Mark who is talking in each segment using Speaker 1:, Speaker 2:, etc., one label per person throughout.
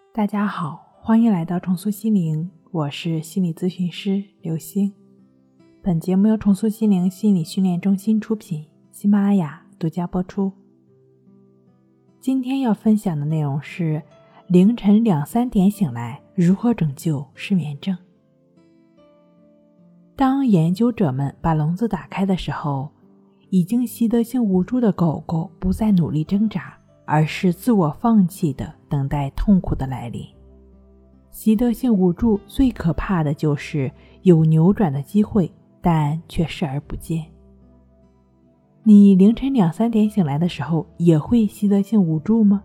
Speaker 1: 大家好，欢迎来到重塑心灵，我是心理咨询师刘星。本节目由重塑心灵心理训练中心出品，喜马拉雅独家播出。今天要分享的内容是凌晨2、3点醒来，如何拯救失眠症。当研究者们把笼子打开的时候，已经习得性无助的狗狗不再努力挣扎，而是自我放弃的等待痛苦的来临。习得性无助最可怕的就是有扭转的机会，但却视而不见。你凌晨2、3点醒来的时候，也会习得性无助吗？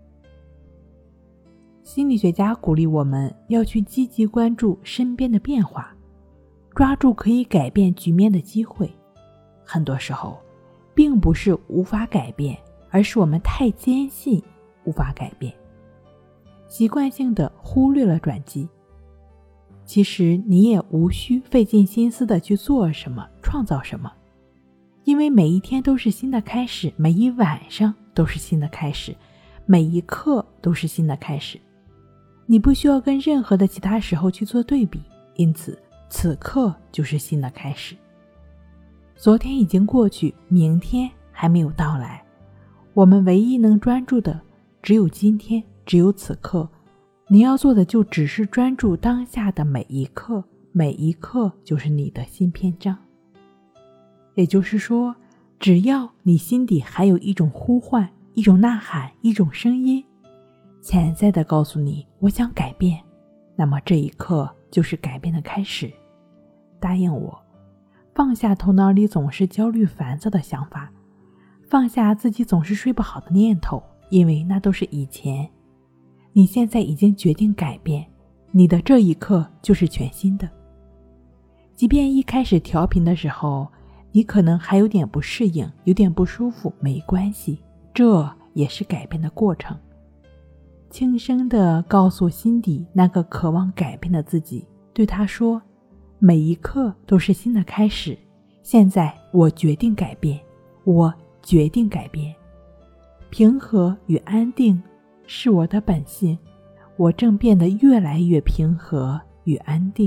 Speaker 1: 心理学家鼓励我们要去积极关注身边的变化，抓住可以改变局面的机会。很多时候，并不是无法改变，而是我们太坚信无法改变，习惯性地忽略了转机。其实你也无需费尽心思地去做什么，创造什么，因为每一天都是新的开始，每一晚上都是新的开始，每一刻都是新的开始。你不需要跟任何的其他时候去做对比，因此此刻就是新的开始。昨天已经过去，明天还没有到来，我们唯一能专注的只有今天，只有此刻。你要做的就只是专注当下的每一刻，每一刻就是你的新篇章。也就是说，只要你心底还有一种呼唤，一种呐喊，一种声音，潜在的告诉你我想改变，那么这一刻就是改变的开始。答应我，放下头脑里总是焦虑烦躁的想法，放下自己总是睡不好的念头，因为那都是以前。你现在已经决定改变，你的这一刻就是全新的。即便一开始调频的时候，你可能还有点不适应，有点不舒服，没关系，这也是改变的过程。轻声地告诉心底那个渴望改变的自己，对他说，每一刻都是新的开始，现在我决定改变，我决定改变。平和与安定是我的本性，我正变得越来越平和与安定。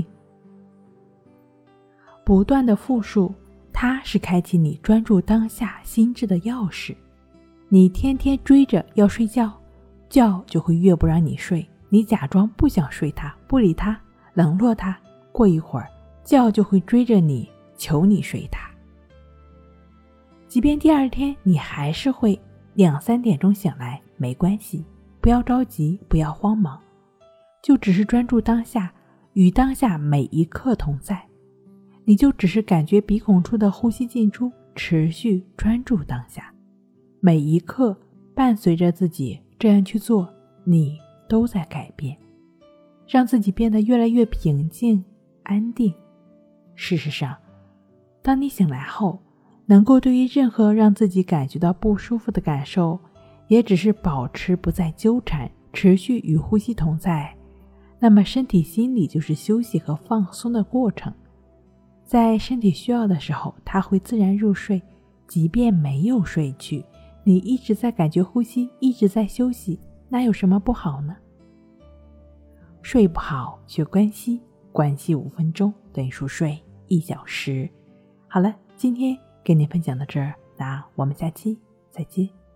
Speaker 1: 不断的复述，它是开启你专注当下心智的钥匙。你天天追着要睡觉，觉就会越不让你睡，你假装不想睡它，不理它，冷落它，过一会儿觉就会追着你，求你睡它。即便第二天你还是会2、3点钟醒来，没关系，不要着急，不要慌忙，就只是专注当下，与当下每一刻同在。你就只是感觉鼻孔处的呼吸进出，持续专注当下，每一刻伴随着自己这样去做，你都在改变，让自己变得越来越平静安定。事实上，当你醒来后，能够对于任何让自己感觉到不舒服的感受，也只是保持不再纠缠，持续与呼吸同在，那么身体心理就是休息和放松的过程。在身体需要的时候，它会自然入睡，即便没有睡去，你一直在感觉呼吸，一直在休息，那有什么不好呢？睡不好学关息，关息5分钟等于熟睡1小时。好了，今天跟您分享到这儿，那我们下期再见。